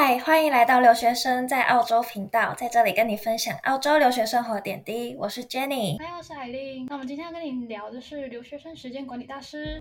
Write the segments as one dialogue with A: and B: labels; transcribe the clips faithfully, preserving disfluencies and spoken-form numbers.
A: 嗨，欢迎来到留学生在澳洲频道，在这里跟你分享澳洲留学生活点滴。我是 Jenny，
B: 嗨，我是海玲。那我们今天要跟你聊的是留学生时间管理大师。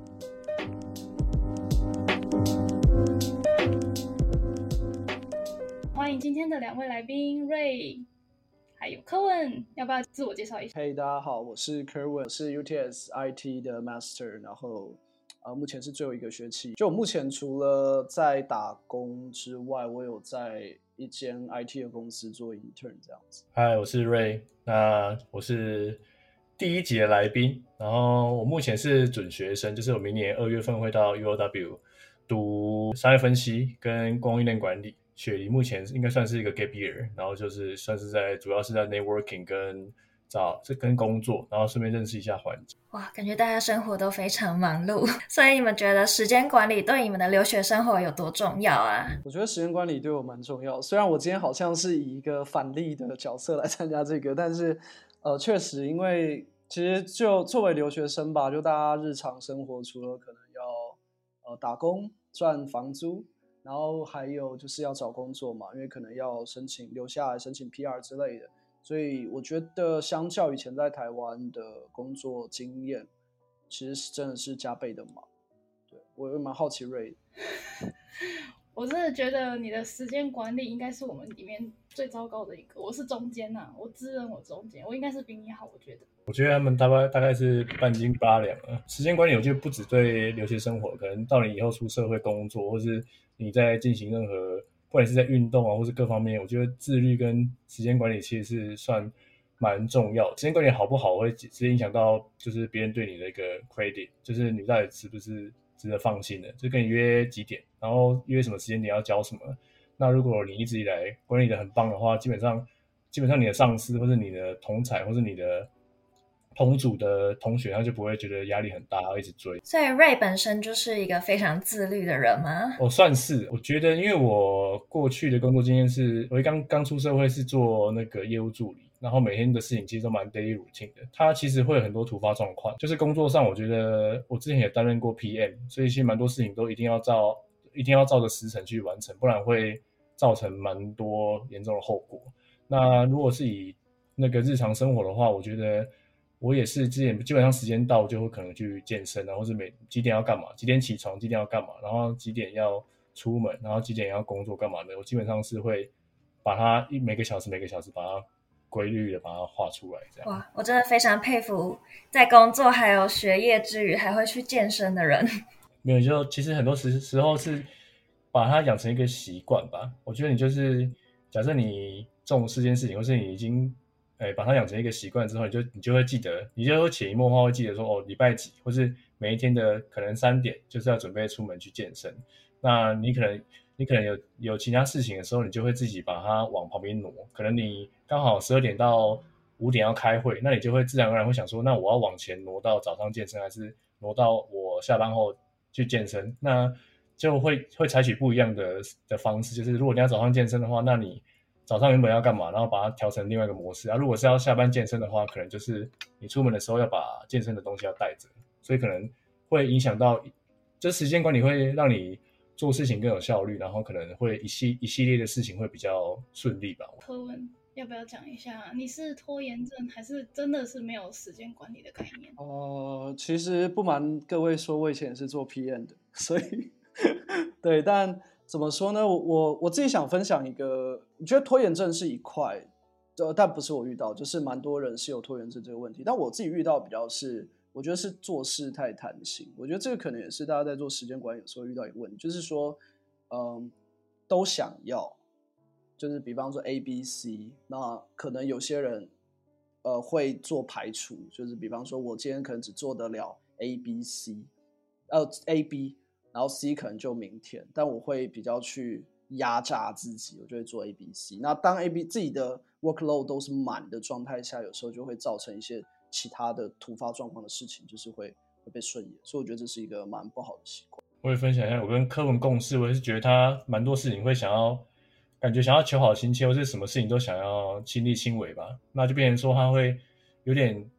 B: 欢迎今天的两位来宾 Ray 还有柯文，要不要自我介绍一下？
C: 嘿、hey, 大家好，我是 Kerwin， 我是 U T S I T 的 Master， 然后呃目前是最后一个学期。就我目前除了在打工之外，我有在一间 I T 的公司做 intern 这样子。
D: 嗨，我是 Ray， 那我是第一集的来宾，然后我目前是准学生，就是我明年二月份会到 U O W 读商业分析跟供应链管理。雪梨目前应该算是一个 gap year， 然后就是算是在主要是在 networking 跟找这跟工作，然后顺便认识一下环境。
A: 哇，感觉大家生活都非常忙碌，所以你们觉得时间管理对你们的留学生活有多重要啊？
C: 我觉得时间管理对我蛮重要，虽然我今天好像是以一个反例的角色来参加这个，但是呃，确实因为其实就作为留学生吧，就大家日常生活除了可能要呃打工赚房租，然后还有就是要找工作嘛，因为可能要申请留下来申请 P R 之类的，所以我觉得相较以前在台湾的工作经验，其实是真的是加倍的忙。对，我也蛮好奇Ray的。
B: 我真的觉得你的时间管理应该是我们里面最糟糕的一个。我是中间啊，我自认我中间，我应该是比你好，我觉得。
D: 我觉得他们大概大概是半斤八两了。时间管理我觉得不只对留学生活，可能到你以后出社会工作，或是你在进行任何，不管是在运动啊，或是各方面，我觉得自律跟时间管理其实是算蛮重要的。时间管理好不好，会直接影响到就是别人对你的一个 credit， 就是你到底是不是值得放心的，就跟你约几点，然后约什么时间点要交什么。那如果你一直以来管理的很棒的话，基本上基本上你的上司或是你的同侪或是你的同组的同学，他就不会觉得压力很大，要一直追。
A: 所以 Ray 本身就是一个非常自律的人吗？
D: 我算是，我觉得因为我过去的工作经验是，我刚刚出社会是做那个业务助理，然后每天的事情其实都蛮 daily routine 的，它其实会有很多突发状况，就是工作上我觉得我之前也担任过 P M， 所以其实蛮多事情都一定要照一定要照着时程去完成，不然会造成蛮多严重的后果。那如果是以那个日常生活的话，我觉得我也是之前基本上时间到就会可能去健身啊，或是每几点要干嘛，几点起床，几点要干嘛，然后几点要出门，然后几点要工作干嘛的，我基本上是会把它每个小时每个小时把它规律的把它画出来这样。
A: 哇，我真的非常佩服在工作还有学业之余还会去健身的人。
D: 没有，就其实很多时时候是把它养成一个习惯吧。我觉得你就是假设你重视这件事情，或是你已经哎，把它养成一个习惯之后，你就你就会记得，你就会潜移默化会记得说，哦，礼拜几，或是每一天的可能三点，就是要准备出门去健身。那你可能你可能有有其他事情的时候，你就会自己把它往旁边挪。可能你刚好十二点到五点要开会，那你就会自然而然会想说，那我要往前挪到早上健身，还是挪到我下班后去健身？那就会会采取不一样的的方式。就是如果你要早上健身的话，那你早上原本要干嘛，然后把它调成另外一个模式啊。如果是要下班健身的话，可能就是你出门的时候要把健身的东西要带着，所以可能会影响到，这时间管理会让你做事情更有效率，然后可能会一系一系列的事情会比较顺利吧。
B: 柯文，要不要讲一下，你是拖延症还是真的是没有时间管理的概念？
C: 呃，其实不瞒各位说，我以前也是做 P M 的，所以对，但怎么说呢？我我我自己想分享一个，我觉得拖延症是一块，呃，但不是我遇到，就是蛮多人是有拖延症这个问题，但我自己遇到比较是，我觉得是做事太贪心。我觉得这个可能也是大家在做时间管理有时候遇到一个问题，就是说，嗯，都想要，就是比方说 A、B、C， 那可能有些人呃会做排除，就是比方说我今天可能只做得了 A、B、C， 呃 A、B。然后 C 可能就明天，但我会比较去压榨自己，我就会做 A、B、C。那当 A、B 自己的 workload 都是满的状态下，有时候就会造成一些其他的突发状况的事情，就是会会被顺延，所以我觉得这是一个蛮不好的习惯。
D: 我也分享一下，我跟柯文共事，我也是觉得他蛮多事情会想要，感觉想要求好心切，或是什么事情都想要亲力亲为吧，那就变成说他会有点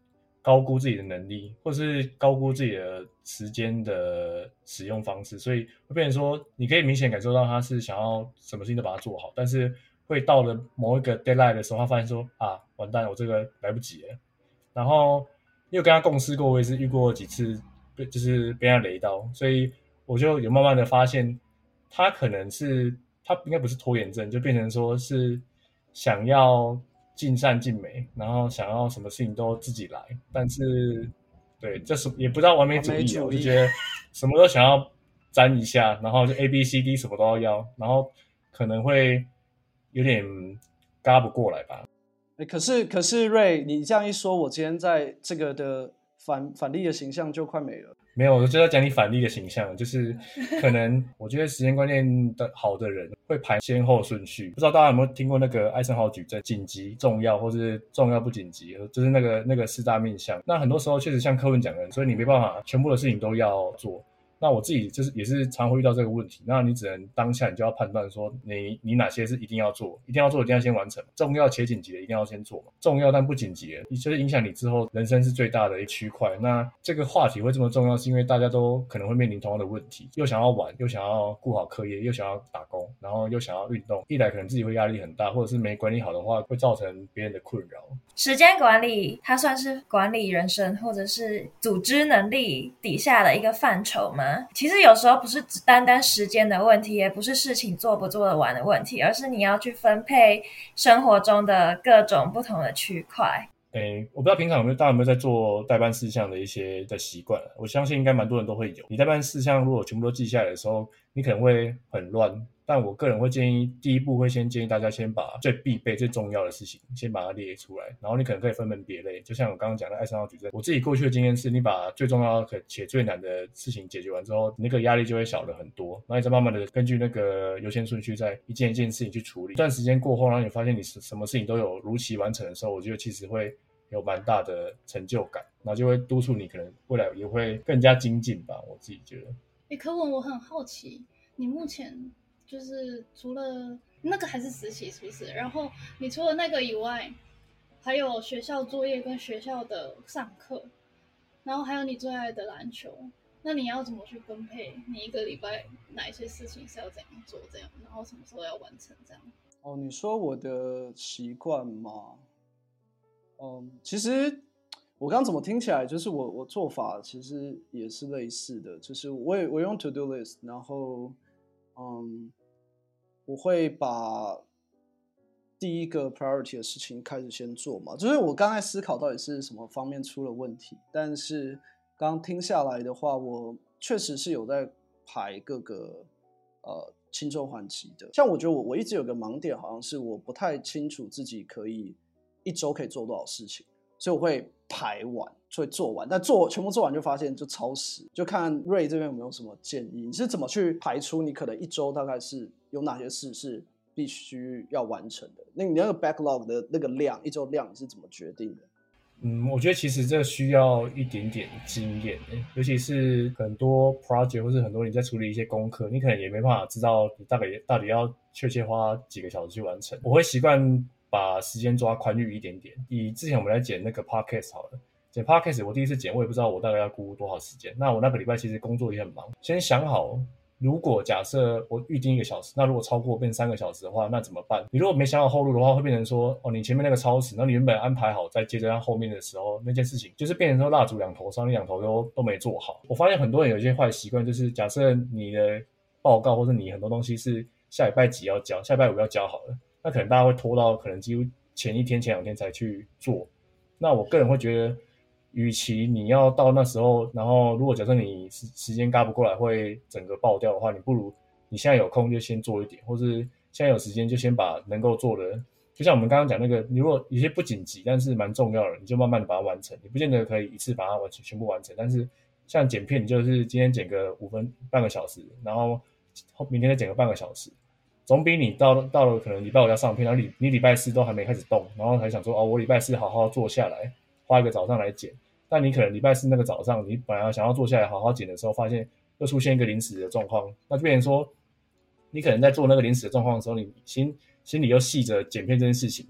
D: 高估自己的能力，或是高估自己的时间的使用方式，所以会变成说，你可以明显感受到他是想要什么事情都把它做好，但是会到了某一个 deadline 的时候，他发现说啊，完蛋了，我这个来不及了。然后因为跟他共事过，我也是遇过几次，就是被他雷到，所以我就有慢慢的发现，他可能是他应该不是拖延症，就变成说是想要尽善尽美，然后想要什么事情都自己来，但是对，这是也不知道完美主义，主义我就觉得什么都想要沾一下，然后就 A B C D 什么都要要，然后可能会有点嘎不过来吧。
C: 欸、可是可是瑞，你这样一说，我今天在这个的反反例的形象就快没了。
D: 没有，我就要讲你反例的形象，就是可能我觉得时间观念的好的人会排先后顺序。不知道大家有没有听过那个艾森豪矩阵，紧急、重要或是重要不紧急，就是那个那个四大面向。那很多时候确实像柯文讲的，所以你没办法全部的事情都要做。那我自己就是也是常会遇到这个问题，那你只能当下你就要判断说你你哪些是一定要做，一定要做一定要先完成，重要且紧急的一定要先做，重要但不紧急的就是影响你之后人生是最大的一区块。那这个话题会这么重要，是因为大家都可能会面临同样的问题，又想要玩，又想要顾好课业，又想要打工，然后又想要运动，一来可能自己会压力很大，或者是没管理好的话会造成别人的困扰。
A: 时间管理它算是管理人生或者是组织能力底下的一个范畴吗？其实有时候不是只单单时间的问题，也不是事情做不做得完的问题，而是你要去分配生活中的各种不同的区块。
D: 诶，我不知道平常有没有大家有没有在做代办事项的一些的习惯，我相信应该蛮多人都会有。你代办事项如果全部都记下来的时候，你可能会很乱，但我个人会建议，第一步会先建议大家先把最必备、最重要的事情先把它列出来，然后你可能可以分门别类。就像我刚刚讲的艾森豪矩阵，我自己过去的经验是，你把最重要的且最难的事情解决完之后，你那个压力就会小了很多，然后你再慢慢的根据那个优先顺序，再一件一件事情去处理。一段时间过后，然后你发现你什么事情都有如期完成的时候，我觉得其实会有蛮大的成就感，然后就会督促你可能未来也会更加精进吧，我自己觉得。
B: 欸，可文，我很好奇，你目前就是除了那个还是实习是不是？然后你除了那个以外，还有学校作业跟学校的上课，然后还有你最爱的篮球，那你要怎么去分配？你一个礼拜哪一些事情是要怎样做，这样，然后什么时候要完成这样？
C: 哦，你说我的习惯吗？嗯，其实我刚怎么听起来，就是我我做法其实也是类似的，就是我也我用 to do list， 然后嗯，我会把第一个 priority 的事情开始先做嘛，就是我刚才思考到底是什么方面出了问题，但是刚听下来的话，我确实是有在排各个呃轻重缓急的。像我觉得我我一直有个盲点，好像是我不太清楚自己可以一周可以做多少事情，所以我会排完，所以做完，但做全部做完就发现就超时。就看瑞这边有没有什么建议，你是怎么去排出你可能一周大概是有哪些事是必须要完成的？那你那个 backlog 的那个量，一周量你是怎么决定的？
D: 嗯，我觉得其实这需要一点点经验，尤其是很多 project 或是很多你在处理一些功课，你可能也没办法知道你大概到底要确切花几个小时去完成。我会习惯把时间抓宽裕一点点。以之前我们来剪那个 podcast 好了，剪 podcast 我第一次剪，我也不知道我大概要估多少时间。那我那个礼拜其实工作也很忙，先想好。如果假设我预定一个小时，那如果超过变三个小时的话，那怎么办？你如果没想好后路的话，会变成说，哦，你前面那个超时，然后你原本安排好，再接着到后面的时候，那件事情就是变成说蜡烛两头烧，你两头都都没做好。我发现很多人有一些坏习惯，就是假设你的报告或者你很多东西是下礼拜几要交，下礼拜五要交好了，那可能大家会拖到可能几乎前一天、前两天才去做。那我个人会觉得，与其你要到那时候，然后如果假设你时间嘎不过来会整个爆掉的话，你不如你现在有空就先做一点，或是现在有时间就先把能够做的，就像我们刚刚讲那个，你如果有些不紧急但是蛮重要的，你就慢慢的把它完成，你不见得可以一次把它完全全部完成，但是像剪片，你就是今天剪个五分半个小时，然后明天再剪个半个小时，总比你到到了可能礼拜五要上片，然后你你礼拜四都还没开始动，然后还想说哦，我礼拜四好好坐下来，花一个早上来剪。但你可能礼拜四那个早上，你本来想要坐下来好好剪的时候，发现又出现一个临时的状况，那就变成说，你可能在做那个临时的状况的时候，你心心里又系着剪片这件事情，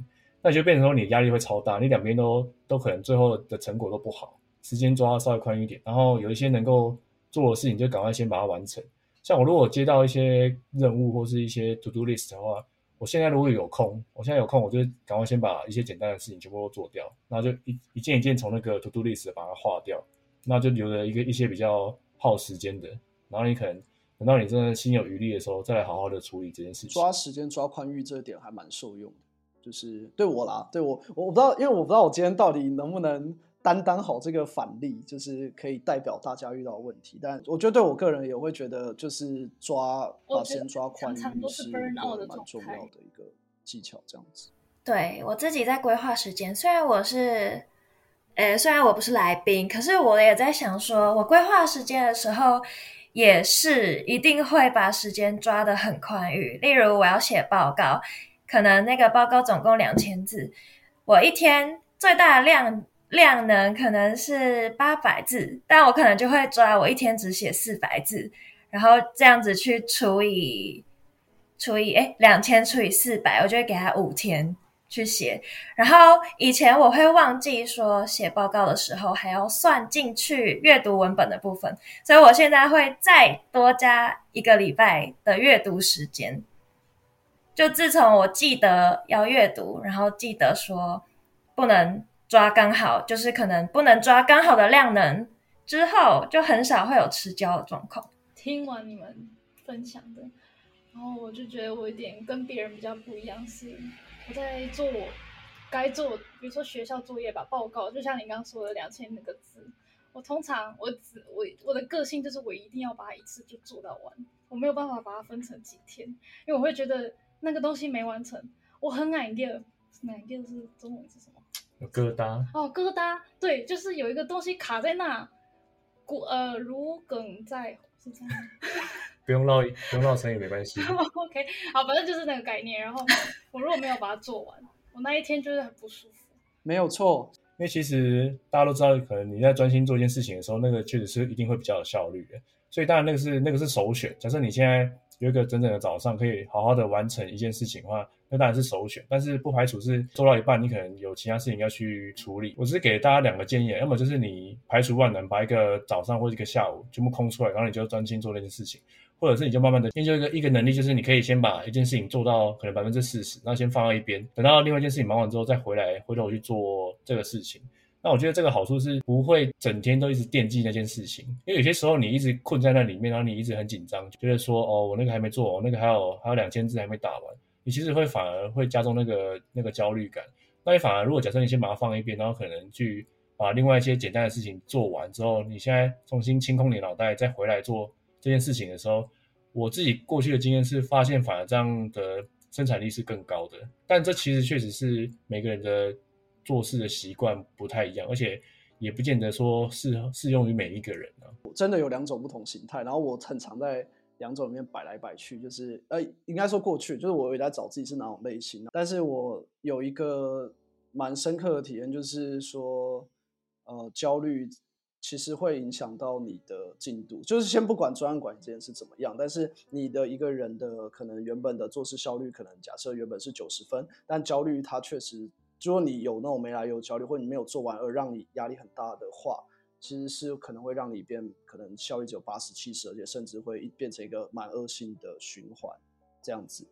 D: 那就变成说你的压力会超大，你两边都都可能最后的成果都不好，时间抓稍微宽一点，然后有一些能够做的事情就赶快先把它完成。像我如果接到一些任务或是一些 to do list 的话，我现在如果有空，我现在有空，我就赶快先把一些简单的事情全部都做掉，然后就一一件一件从那个 to do list 把它划掉，那就留了一个一些比较耗时间的，然后你可能等到你真的心有余力的时候，再来好好的处理这件事情。
C: 抓时间、抓宽裕这一点还蛮受用的，就是对我啦，对我我不知道，因为我不知道我今天到底能不能担当好这个反例，就是可以代表大家遇到的问题。但我觉得对我个人也会觉得，就是抓把时间抓宽裕是一个蛮重要的一个技巧，这样子。
A: 对，我自己在规划时间，虽然我是。呃，虽然我不是来宾，可是我也在想说，我规划时间的时候，也是一定会把时间抓得很宽裕。例如，我要写报告，可能那个报告总共两千字，我一天最大的量量呢，可能是八百字，但我可能就会抓我一天只写四百字，然后这样子去除以除以哎两千除以四百，我就会给他五天。去写，然后以前我会忘记说写报告的时候还要算进去阅读文本的部分，所以我现在会再多加一个礼拜的阅读时间。就自从我记得要阅读，然后记得说不能抓刚好，就是可能不能抓刚好的量能之后，就很少会有吃焦的状况。
B: 听完你们分享的，然后我就觉得我有点跟别人比较不一样，是我在做我该做，比如说学校作业吧，报告，就像你刚刚说的两千那个字，我通常我只我我的个性就是我一定要把它一次就做到完，我没有办法把它分成几天，因为我会觉得那个东西没完成，我很矮个，矮个是中文是什么？
D: 有疙瘩
B: 哦，疙瘩，对，就是有一个东西卡在那，骨呃如鲠在是这样吗？
D: 不用绕不用绕成也没关系。
B: OK， 好，反正就是那个概念。然后我如果没有把它做完，我那一天就是很不舒服。
C: 没有错，
D: 因为其实大家都知道，可能你在专心做一件事情的时候，那个确实是一定会比较有效率的。所以当然那个是那个是首选。假设你现在有一个整整的早上可以好好的完成一件事情的话，那当然是首选。但是不排除是做到一半，你可能有其他事情要去处理。我只是给大家两个建议，要么就是你排除万难，把一个早上或者一个下午全部空出来，然后你就专心做那件事情。或者是你就慢慢的研究一个一个能力，就是你可以先把一件事情做到可能百分之四十，然后先放到一边，等到另外一件事情忙完之后再回来回头去做这个事情。那我觉得这个好处是不会整天都一直惦记那件事情，因为有些时候你一直困在那里面，然后你一直很紧张，觉得说哦我那个还没做，我那个还有还有两千字还没打完，你其实会反而会加重那个那个焦虑感。那你反而如果假设你先把它放一边，然后可能去把另外一些简单的事情做完之后，你现在重新清空你的脑袋，再回来做这件事情的时候，我自己过去的经验是发现反而这样的生产力是更高的。但这其实确实是每个人的做事的习惯不太一样，而且也不见得说适适用于每一个人啊。
C: 真的有两种不同形态，然后我很常在两种里面摆来摆去，就是呃，应该说过去就是我有在找自己是哪种类型，但是我有一个蛮深刻的体验，就是说呃，焦虑其实会影响到你的进度，就是先不管专案管理这件事怎么样，但是你的一个人的可能原本的做事效率可能假设原本是九十分，但焦虑它确实如果你有那种没来由焦虑，或者你没有做完而让你压力很大的话，其实是可能会让你变可能效率只有八十七十，而且甚至会变成一个蛮恶性的循环这样子。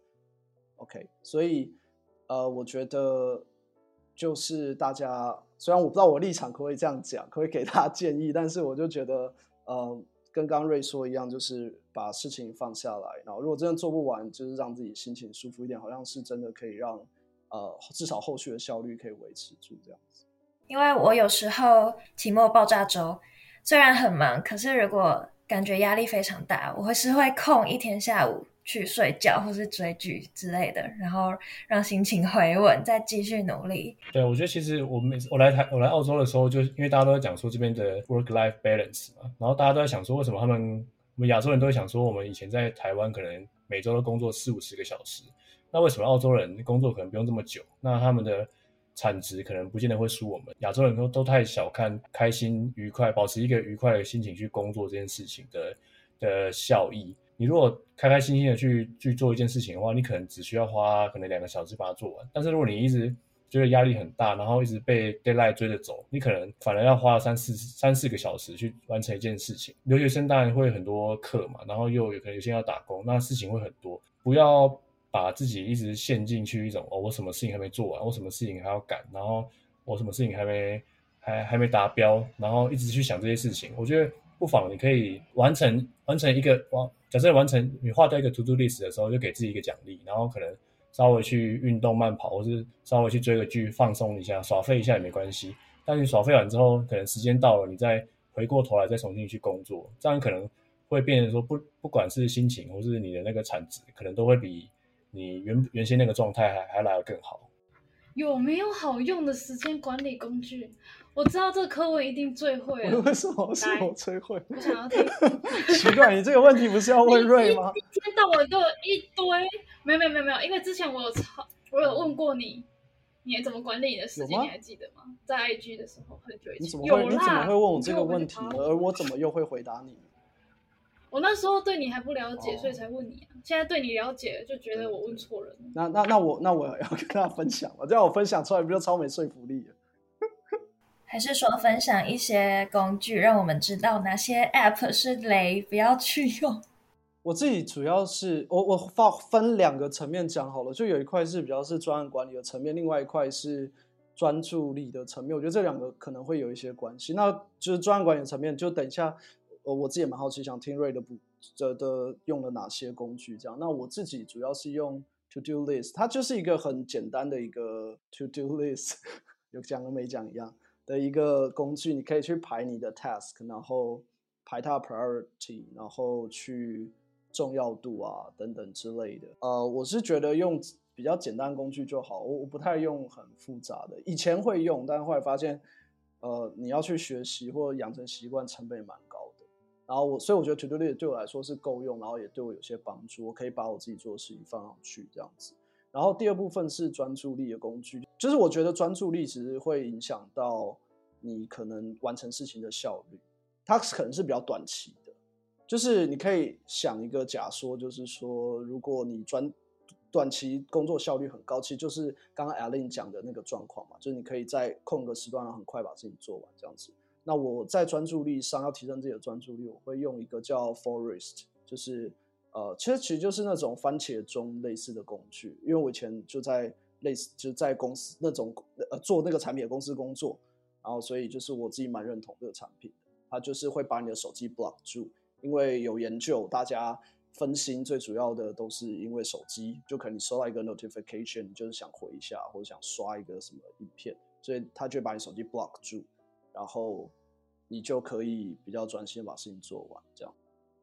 C: OK， 所以呃，我觉得就是大家虽然我不知道我立场可不可以这样讲，可不可以给大家建议，但是我就觉得呃，跟刚刚瑞说一样，就是把事情放下来，然后如果真的做不完，就是让自己心情舒服一点，好像是真的可以让呃至少后续的效率可以维持住这样子。
A: 因为我有时候期末爆炸周虽然很忙，可是如果感觉压力非常大，我会是会空一天下午去睡觉或是追剧之类的，然后让心情回稳，再继续努力。
D: 对，我觉得其实我每次我来台我来澳洲的时候，就因为大家都在讲说这边的 work-life balance 嘛，然后大家都在想说为什么他们我们亚洲人都会想说我们以前在台湾可能每周都工作四五十个小时，那为什么澳洲人工作可能不用这么久？那他们的产值可能不见得会输我们亚洲人都都太小看开心愉快，保持一个愉快的心情去工作这件事情的的效益。你如果开开心心的去去做一件事情的话，你可能只需要花可能两个小时把它做完。但是如果你一直觉得压力很大，然后一直被 deadline 追着走，你可能反而要花三四三四个小时去完成一件事情。留学生当然会很多课嘛，然后又有可能有些人要打工，那事情会很多，不要把自己一直陷进去一种哦，我什么事情还没做完，我什么事情还要赶，然后我什么事情还没还还没达标，然后一直去想这些事情。我觉得不妨你可以完成完成一个，假设完成你画掉一个 to do list 的时候，就给自己一个奖励，然后可能稍微去运动慢跑，或是稍微去追个剧放松一下，耍废一下也没关系。但你耍废完之后，可能时间到了，你再回过头来再重新去工作，这样可能会变成说不不管是心情或是你的那个产值，可能都会比你原原先那个状态还还来得更好。
B: 有没有好用的时间管理工具？我知道这个柯文一定最会了。
C: 为什么是我最会？
B: 我想要听。
C: 奇怪，你这个问题不是要问瑞吗？
B: 一天到晚都有一堆，没有没有没有没有，因为之前我有超我有问过你，你怎么管理你的时间？你还记得吗？在 I G 的时候很久以前。
C: 你怎么会你怎么会问我这个问题，而我怎么又会回答你？
B: 我那时候对你还不了解，哦、所以才问你啊。现在对你了解了，就觉得我问错人了。
C: 那那那我那我要跟大家分享了，这样我分享出来不就超没说服力了？
A: 还是说分享一些工具，让我们知道哪些 App 是雷，不要去用？
C: 我自己主要是我我分两个层面讲好了，就有一块是比较是专案管理的层面，另外一块是专注力的层面。我觉得这两个可能会有一些关系。那就是专案管理的层面，就等一下。呃，我自己也蛮好奇，想听瑞的补的的用了哪些工具这样。那我自己主要是用 To Do List， 它就是一个很简单的一个 To Do List， 有讲跟没讲一样的一个工具，你可以去排你的 task， 然后排它的 priority， 然后去重要度啊等等之类的。呃，我是觉得用比较简单的工具就好，我我不太用很复杂的，以前会用，但后来发现，呃，你要去学习或养成习惯，成本也蛮高的。然后我，所以我觉得 To Do List 对我来说是够用，然后也对我有些帮助，我可以把我自己做的事情放上去这样子。然后第二部分是专注力的工具，就是我觉得专注力其实会影响到你可能完成事情的效率，它可能是比较短期的，就是你可以想一个假说，就是说如果你专短期工作效率很高，其实就是刚刚 Aline 讲的那个状况嘛，就是你可以在空个时段然后很快把事情做完这样子。那我在专注力上要提升自己的专注力，我会用一个叫 Forest， 就是呃，其实其实就是那种番茄钟类似的工具。因为我以前就在类似就在公司那种呃做那个产品的公司工作，然后所以就是我自己蛮认同这个产品的。它就是会把你的手机 block 住，因为有研究，大家分心最主要的都是因为手机，就可能你收到一个 notification， 你就是想回一下或者想刷一个什么影片，所以它就会把你手机 block 住。然后你就可以比较专心把事情做完，这样。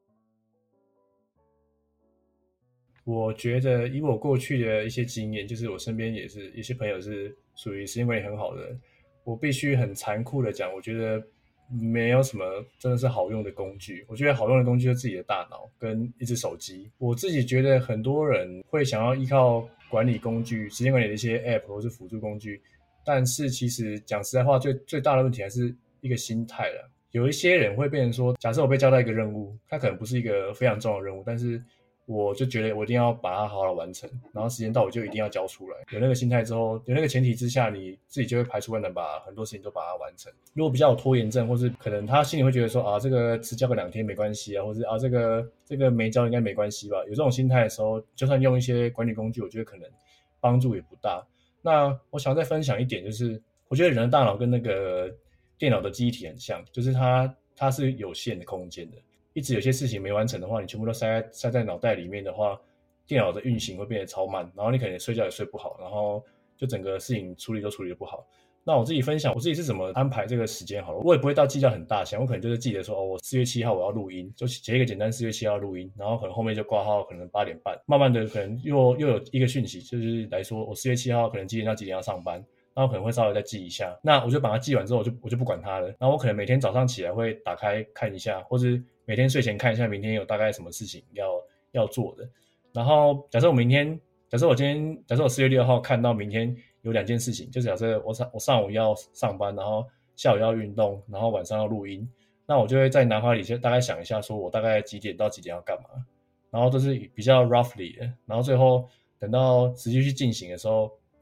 D: 我觉得以我过去的一些经验，就是我身边也是一些朋友是属于时间管理很好的人，我必须很残酷的讲，我觉得没有什么真的是好用的工具。我觉得好用的工具就是自己的大脑跟一只手机。我自己觉得很多人会想要依靠管理工具、时间管理的一些 App 或是辅助工具，但是其实讲实在话，最最大的问题还是一个心态啦。有一些人会变成说，假设我被交代一个任务，它可能不是一个非常重要的任务，但是我就觉得我一定要把它好好的完成，然后时间到我就一定要交出来。有那个心态之后，有那个前提之下，你自己就会排除万难把很多事情都把它完成。如果比较有拖延症，或是可能他心里会觉得说啊，这个只交个两天没关系啊，或是啊这个这个没交应该没关系吧。有这种心态的时候，就算用一些管理工具，我觉得可能帮助也不大。那我想再分享一点，就是我觉得人的大脑跟那个电脑的记忆体很像，就是它它是有限的空间的。一直有些事情没完成的话，你全部都塞在塞在脑袋里面的话，电脑的运行会变得超慢，然后你可能睡觉也睡不好，然后就整个事情处理都处理得不好。那我自己分享我自己是怎么安排这个时间好了，我也不会到计较很大，想我可能就是记得说哦，我四月七号我要录音，就写一个简单四月七号录音，然后可能后面就挂号，可能八点半，慢慢的可能又又有一个讯息，就是来说我四月七号可能几点到几点要上班。然后可能会稍微再记一下，那我就把它记完之后，我就我就不管它了。然后我可能每天早上起来会打开看一下，或是每天睡前看一下明天有大概什么事情要要做的。然后假设我明天，假设我今天，假设我四月六号看到明天有两件事情，就是假设我上我上午要上班，然后下午要运动，然后晚上要录音，那我就会在脑海里先大概想一下，说我大概几点到几点要干嘛，然后都是比较 roughly 的，然后最后等到实际去进行的时候。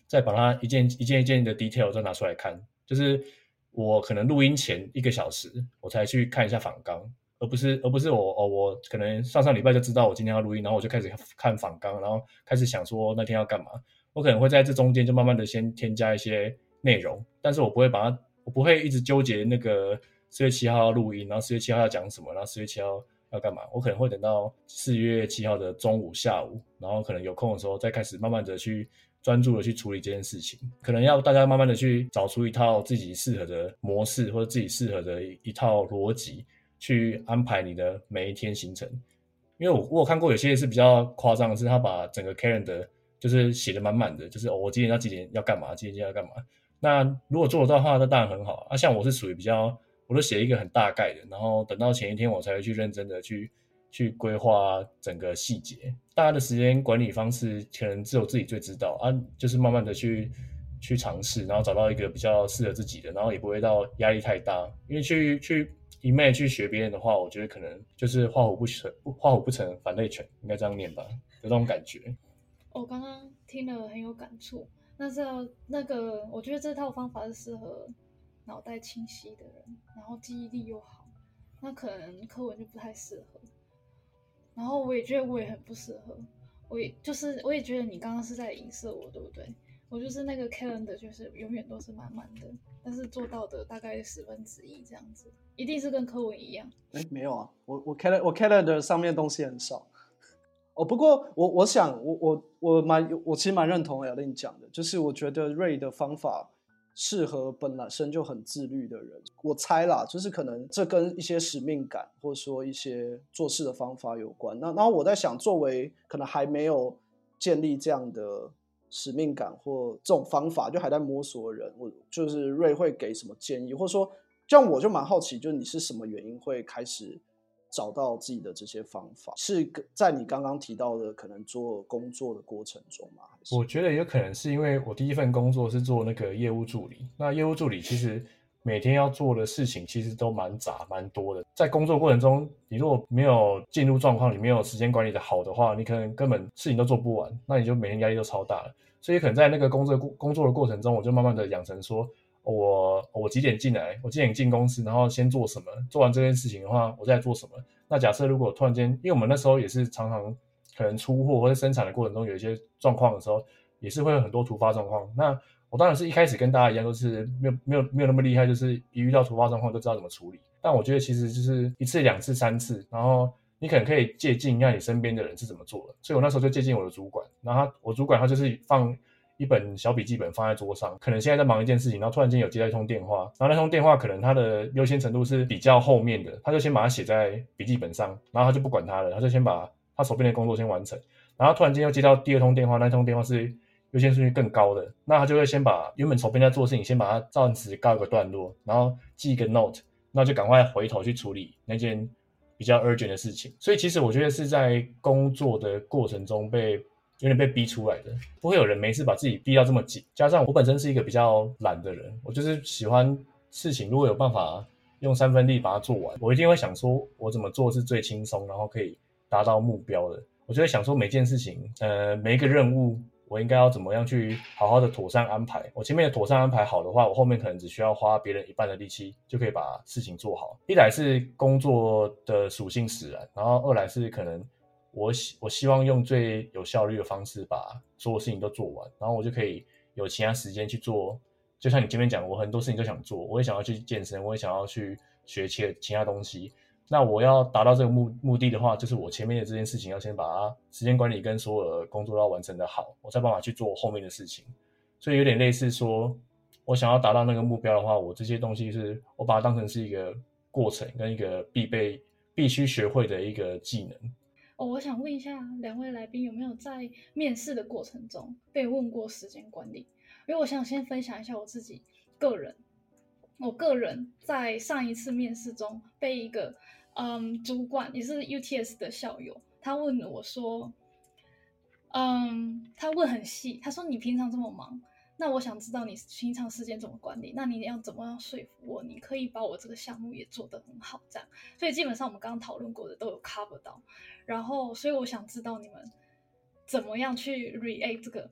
D: 再把它一件一件一件的 detail 再拿出来看，就是我可能录音前一个小时我才去看一下访纲，而不是而不是我哦我可能上上礼拜就知道我今天要录音，然后我就开始看访纲，然后开始想说那天要干嘛。我可能会在这中间就慢慢的先添加一些内容，但是我不会把它，我不会一直纠结那个四月七号要录音，然后四月七号要讲什么，然后四月七号要干嘛。我可能会等到四月七号的中午下午，然后可能有空的时候再开始慢慢的去专注的去处理这件事情。可能要大家慢慢的去找出一套自己适合的模式，或者自己适合的一套逻辑去安排你的每一天行程。因为我我有看过有些是比较夸张的是他把整个 calendar 就是写得满满的，就是、哦、我几点到几点要干嘛，几点要干嘛。那如果做得到的话，那当然很好啊。像我是属于比较，我都写一个很大概的，然后等到前一天我才会去认真的去去规划整个细节。大家的时间管理方式可能只有自己最知道啊，就是慢慢的去去尝试，然后找到一个比较适合自己的，然后也不会到压力太大。因为去去一昧去学别人的话，我觉得可能就是画虎不成画虎不成反类犬，应该这样念吧，有那种感觉。
B: 我刚刚听了很有感触。那这那个，我觉得这套方法是适合脑袋清晰的人，然后记忆力又好。那可能柯文就不太适合。然后我也觉得我也很不适合。我也就是我也觉得你刚刚是在影射我，对不对？我就是那个 calendar 就是永远都是满满的，但是做到的大概十分之一这样子，一定是跟柯文一样。
C: 哎，没有啊，我我 calendar 我 calendar 上面东西很少。哦，不过我我想我我我蛮我其实蛮认同 Ellen 讲的，就是我觉得 Ray 的方法适合本来身就很自律的人。我猜啦，就是可能这跟一些使命感或者说一些做事的方法有关。那然后我在想，作为可能还没有建立这样的使命感或这种方法，就还在摸索的人，我就是 Ray 会给什么建议，或者说像我就蛮好奇，就是你是什么原因会开始找到自己的这些方法，是在你刚刚提到的可能做工作的过程中吗？还是
D: 我觉得有可能是因为我第一份工作是做那个业务助理，那业务助理其实每天要做的事情其实都蛮杂蛮多的。在工作过程中，你如果没有进入状况，你没有时间管理的好的话，你可能根本事情都做不完，那你就每天压力都超大了。所以可能在那个工作工作的过程中，我就慢慢的养成说，哦、我我几点进来，我几点进公司，然后先做什么，做完这件事情的话，我再做什么。那假设如果突然间，因为我们那时候也是常常可能出货或者生产的过程中有一些状况的时候，也是会有很多突发状况。那我当然是一开始跟大家一样，都是没有没有没有那么厉害，就是一遇到突发状况都知道怎么处理。但我觉得其实就是一次、两次、三次，然后你可能可以借鉴一下你身边的人是怎么做的。所以我那时候就借鉴我的主管，然后他我主管他就是放一本小笔记本放在桌上，可能现在在忙一件事情，然后突然间有接到一通电话，然后那通电话可能他的优先程度是比较后面的，他就先把它写在笔记本上，然后他就不管他了，他就先把他手边的工作先完成。然后突然间又接到第二通电话，那通电话是优先顺序更高的，那他就会先把原本手边在做的事情先把它暂时告一个段落，然后记一个 note， 那就赶快回头去处理那件比较 urgent 的事情。所以其实我觉得是在工作的过程中被有点被逼出来的，不会有人没事把自己逼到这么紧。加上我本身是一个比较懒的人，我就是喜欢事情如果有办法用三分力把它做完，我一定会想说我怎么做是最轻松，然后可以达到目标的。我就会想说每件事情，呃，每一个任务我应该要怎么样去好好的妥善安排。我前面的妥善安排好的话，我后面可能只需要花别人一半的力气就可以把事情做好。一来是工作的属性使然，然后二来是可能我希我希望用最有效率的方式把所有事情都做完，然后我就可以有其他时间去做。就像你前面讲，我很多事情都想做，我也想要去健身，我也想要去学其其他东西。那我要达到这个 目, 目的的话，就是我前面的这件事情要先把它时间管理跟所有的工作都要完成的好，我才办法去做后面的事情。所以有点类似说，我想要达到那个目标的话，我这些东西是我把它当成是一个过程跟一个必备必须学会的一个技能。
B: 哦，我想问一下两位来宾有没有在面试的过程中被问过时间管理？因为我想先分享一下我自己个人，我个人在上一次面试中被一个嗯主管也是 U T S 的校友，他问我说，嗯，他问很细，他说你平常这么忙，那我想知道你平常时间怎么管理，那你要怎么样说服我，你可以把我这个项目也做得很好，这样。所以基本上我们刚刚讨论过的都有 cover 到，然后所以我想知道你们怎么样去 react 这个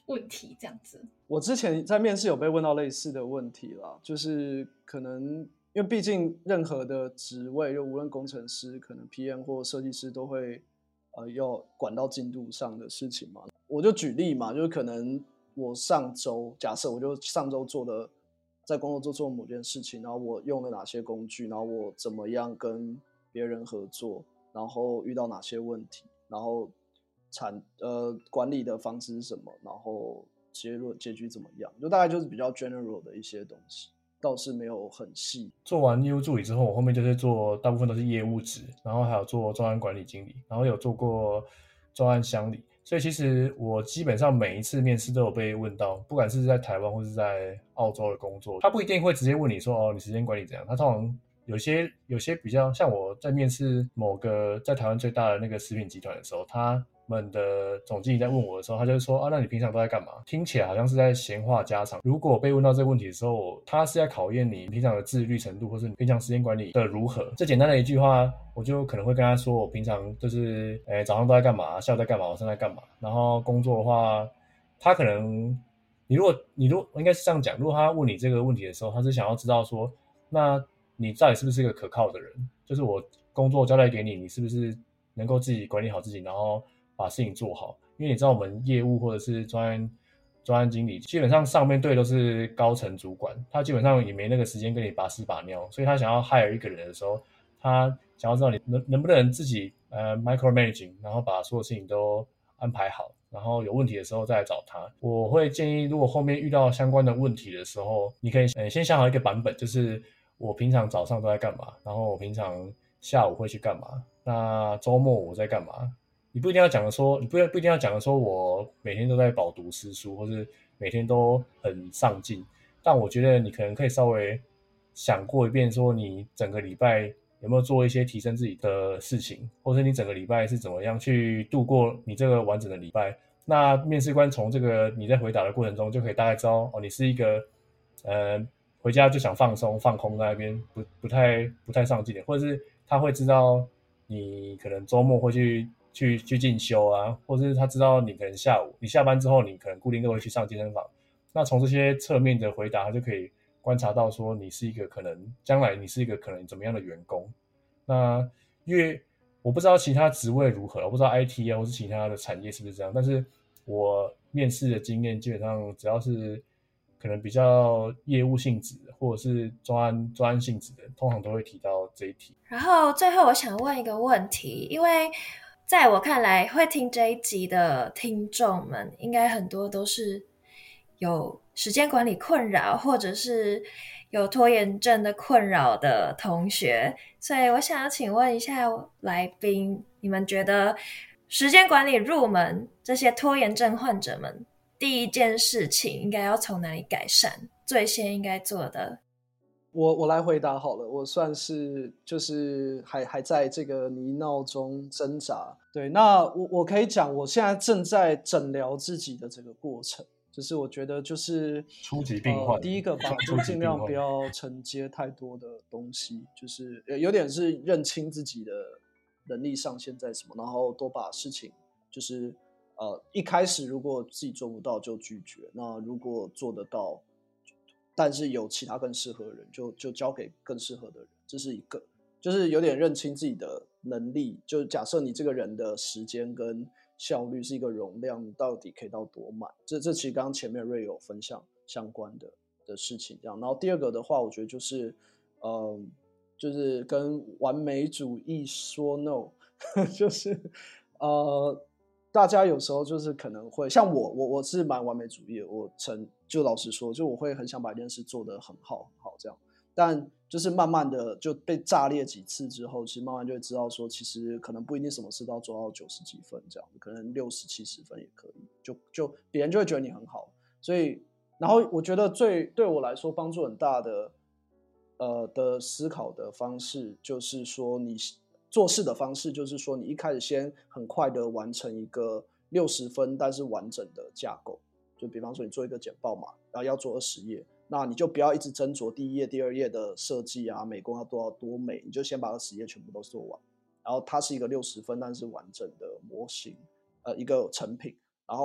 B: 问题这样子？
C: 我之前在面试有被问到类似的问题啦，就是可能因为毕竟任何的职位，就无论工程师、可能 P M 或设计师都会呃要管到进度上的事情嘛。我就举例嘛，就是可能我上周假设我就上周做的在工作中做某件事情，然后我用了哪些工具，然后我怎么样跟别人合作，然后遇到哪些问题，然后产呃管理的方式是什么，然后结论结局怎么样，就大概就是比较 general 的一些东西，倒是没有很细。
D: 做完业务助理之后，我后面就是做大部分都是业务职，然后还有做专案管理经理，然后有做过专案乡里。所以其实我基本上每一次面试都有被问到，不管是在台湾或是在澳洲的工作，他不一定会直接问你说哦，你时间管理怎样，他通常有些有些比较像我在面试某个在台湾最大的那个食品集团的时候，他们的总经理在问我的时候，他就说啊，那你平常都在干嘛？听起来好像是在闲话家常。如果被问到这个问题的时候，他是在考验你平常的自律程度，或是你平常时间管理的如何。这简单的一句话，我就可能会跟他说，我平常就是诶早上都在干嘛，下午在干嘛，晚上在干嘛。然后工作的话，他可能你如果你如果应该是这样讲，如果他问你这个问题的时候，他是想要知道说，那你到底是不是一个可靠的人？就是我工作交代给你，你是不是能够自己管理好自己，然后把事情做好？因为你知道我们业务或者是专案专案经理，基本上上面对都是高层主管，他基本上也没那个时间跟你把屎把尿，所以他想要 hire 一个人的时候，他想要知道你能能不能自己呃 micromanaging， 然后把所有事情都安排好，然后有问题的时候再来找他。我会建议，如果后面遇到相关的问题的时候，你可以呃先想好一个版本，就是我平常早上都在干嘛，然后我平常下午会去干嘛，那周末我在干嘛。你不一定要讲的说，你不不一定要讲的说我每天都在饱读诗书，或是每天都很上进，但我觉得你可能可以稍微想过一遍，说你整个礼拜有没有做一些提升自己的事情，或者你整个礼拜是怎么样去度过你这个完整的礼拜。那面试官从这个你在回答的过程中就可以大概知道，哦，你是一个呃回家就想放松放空在那边不不太不太上进的，或者是他会知道你可能周末会去去去进修啊，或者是他知道你可能下午你下班之后你可能固定都会去上健身房。那从这些侧面的回答，他就可以观察到说你是一个可能将来你是一个可能怎么样的员工。那因为我不知道其他职位如何，我不知道 I T 啊或是其他的产业是不是这样，但是我面试的经验基本上只要是可能比较业务性质的或者是专案专案性质的，通常都会提到这一题。
A: 然后最后我想问一个问题，因为在我看来会听这一集的听众们应该很多都是有时间管理困扰或者是有拖延症的困扰的同学，所以我想要请问一下来宾，你们觉得时间管理入门这些拖延症患者们第一件事情应该要从哪里改善，最先应该做的？
C: 我我来回答好了，我算是就是还还在这个泥淖中挣扎。对，那我我可以讲，我现在正在诊疗自己的这个过程，就是我觉得就是
D: 初级病患、
C: 呃，第一个吧，就尽量不要承接太多的东西，就是有点是认清自己的能力上限在什么，然后多把事情就是呃一开始如果自己做不到就拒绝，那如果做得到。但是有其他更适合的人，就就交给更适合的人，这是一个，就是有点认清自己的能力。就假设你这个人的时间跟效率是一个容量，你到底可以到多满？这这其实刚刚前面瑞有分享相关的的事情，这样。然后第二个的话，我觉得就是，嗯，就是跟完美主义说 no， 就是呃。大家有时候就是可能会像我，我我是蛮完美主义的。我曾就老实说，就我会很想把一件事做得很好很好这样，但就是慢慢的就被炸裂几次之后，其实慢慢就会知道说，其实可能不一定什么事都要做到九十几分这样，可能六十七十分也可以，就就别人就会觉得你很好。所以，然后我觉得最对我来说帮助很大的，呃的思考的方式就是说你。做事的方式就是说，你一开始先很快的完成一个六十分但是完整的架构，就比方说你做一个简报嘛，然后要做二十页，那你就不要一直斟酌第一页、第二页的设计啊、美工要多少多美，你就先把二十页全部都做完，然后它是一个六十分但是完整的模型，呃，一个成品，然后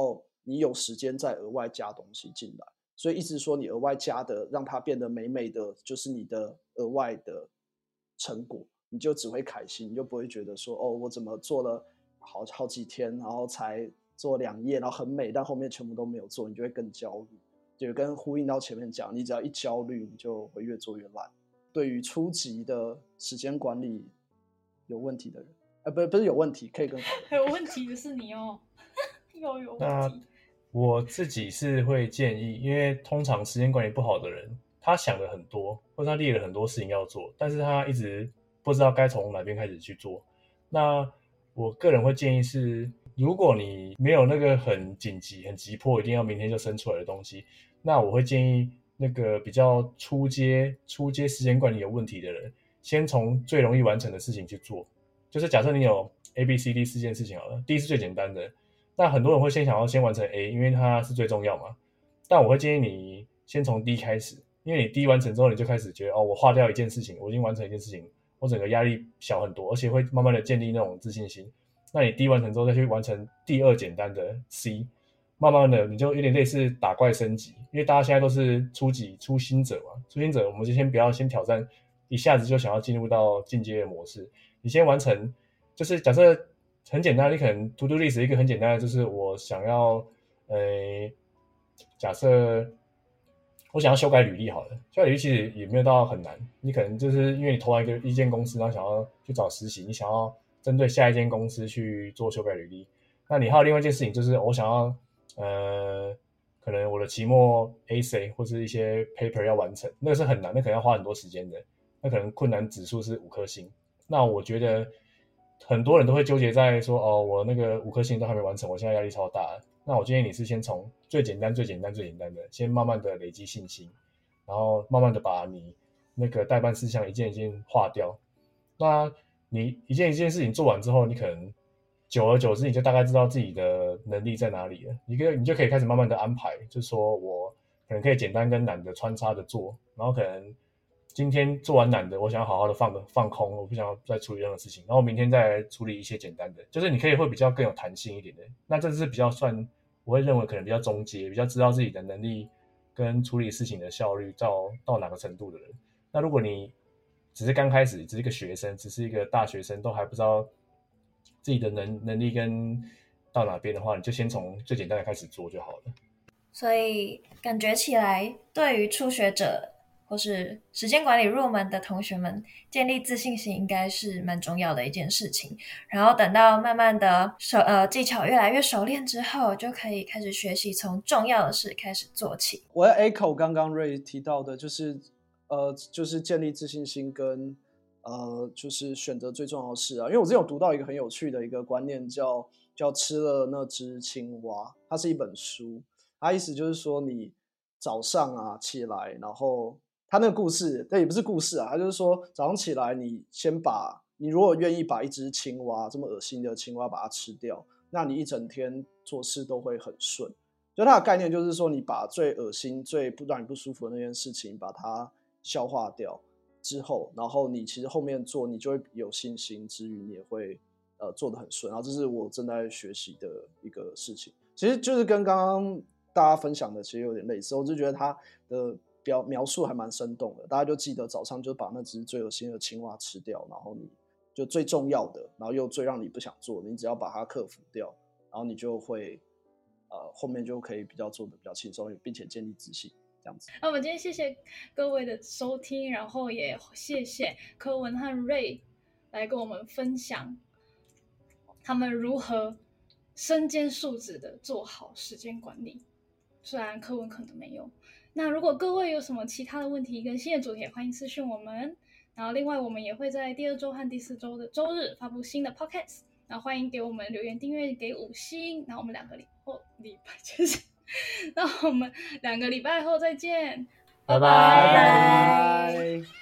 C: 你有时间再额外加东西进来。所以意思说你额外加的让它变得美美的，就是你的额外的成果，你就只会开心，你就不会觉得说哦，我怎么做了好好几天，然后才做两页，然后很美，但后面全部都没有做，你就会更焦虑。就跟呼应到前面讲，你只要一焦虑，你就会越做越烂。对于初级的时间管理有问题的人，呃，不不是有问题，可以更好的。
B: 有问题的是你哦，又有问题。
D: 我自己是会建议，因为通常时间管理不好的人，他想了很多，或者他列了很多事情要做，但是他一直不知道该从哪边开始去做。那我个人会建议是，如果你没有那个很紧急、很急迫，一定要明天就生出来的东西，那我会建议那个比较初阶、初阶时间管理有问题的人，先从最容易完成的事情去做。就是假设你有 A、B、C、D 四件事情好了，第一是最简单的。那很多人会先想要先完成 A， 因为它是最重要嘛。但我会建议你先从 D 开始，因为你 D 完成之后，你就开始觉得哦，我划掉一件事情，我已经完成一件事情，我整个压力小很多，而且会慢慢的建立那种自信心。那你 D 完成之后，再去完成第二简单的 C， 慢慢的你就有点类似打怪升级，因为大家现在都是初级初心者嘛，初心者我们就先不要先挑战，一下子就想要进入到进阶的模式，你先完成，就是假设。很简单，你可能 to do list 一个很简单的，就是我想要，呃，假设我想要修改履历好了，修改履历其实也没有到很难，你可能就是因为你投完一个一间公司，然后想要去找实习，你想要针对下一间公司去做修改履历，那你还有另外一件事情就是我想要，呃，可能我的期末 A C 或是一些 paper 要完成，那个是很难，那可能要花很多时间的，那可能困难指数是五颗星，那我觉得。很多人都会纠结在说哦，我那个五颗星都还没完成，我现在压力超大。那我建议你是先从最简单、最简单、最简单的，先慢慢的累积信心，然后慢慢的把你那个待办事项一件一件划掉。那你一件一件事情做完之后，你可能久而久之，你就大概知道自己的能力在哪里了。你可以你就可以开始慢慢的安排，就是说我可能可以简单跟难的穿插的做，然后可能。今天做完难的，我想要好好的放放空，我不想要再处理任何事情，然后明天再来处理一些简单的，就是你可以会比较更有弹性一点的。那这是比较算，我会认为可能比较中阶，比较知道自己的能力跟处理事情的效率到到哪个程度的人。那如果你只是刚开始，只是一个学生，只是一个大学生，都还不知道自己的能能力跟到哪边的话，你就先从最简单的开始做就好了。
A: 所以感觉起来，对于初学者或是时间管理入门的同学们，建立自信心应该是蛮重要的一件事情。然后等到慢慢的手呃技巧越来越熟练之后，就可以开始学习从重要的事开始做起。
C: 我要 echo 刚刚 Ray 提到的，就是呃，就是建立自信心跟呃，就是选择最重要的事啊。因为我之前有读到一个很有趣的一个观念，叫叫吃了那只青蛙，它是一本书，它意思就是说你早上啊起来，然后。他那个故事，这也不是故事啊，他就是说早上起来，你先把你如果愿意把一只青蛙这么恶心的青蛙把它吃掉，那你一整天做事都会很顺。就它的概念就是说，你把最恶心、最不让你不舒服的那件事情把它消化掉之后，然后你其实后面做你就会有信心，之余你也会呃做得很顺。然后这是我正在学习的一个事情，其实就是跟刚刚大家分享的其实有点类似。我就觉得它的。表描述还蛮生动的，大家就记得早上就把那只最恶心的青蛙吃掉，然后你就最重要的，然后又最让你不想做的，你只要把它克服掉，然后你就会呃后面就可以比较做的比较轻松，并且建立自信，这样子。
B: 那我们今天谢谢各位的收听，然后也谢谢柯文和Ray来跟我们分享他们如何身兼数职的做好时间管理，虽然柯文可能没有。那如果各位有什么其他的问题跟新的主题，欢迎私讯我们。然后另外我们也会在第二周和第四周的周日发布新的 podcast， 然后欢迎给我们留言、订阅、给五星。然后我们两个礼后礼拜就是，那我们两个礼拜后再见，
D: 拜
A: 拜拜。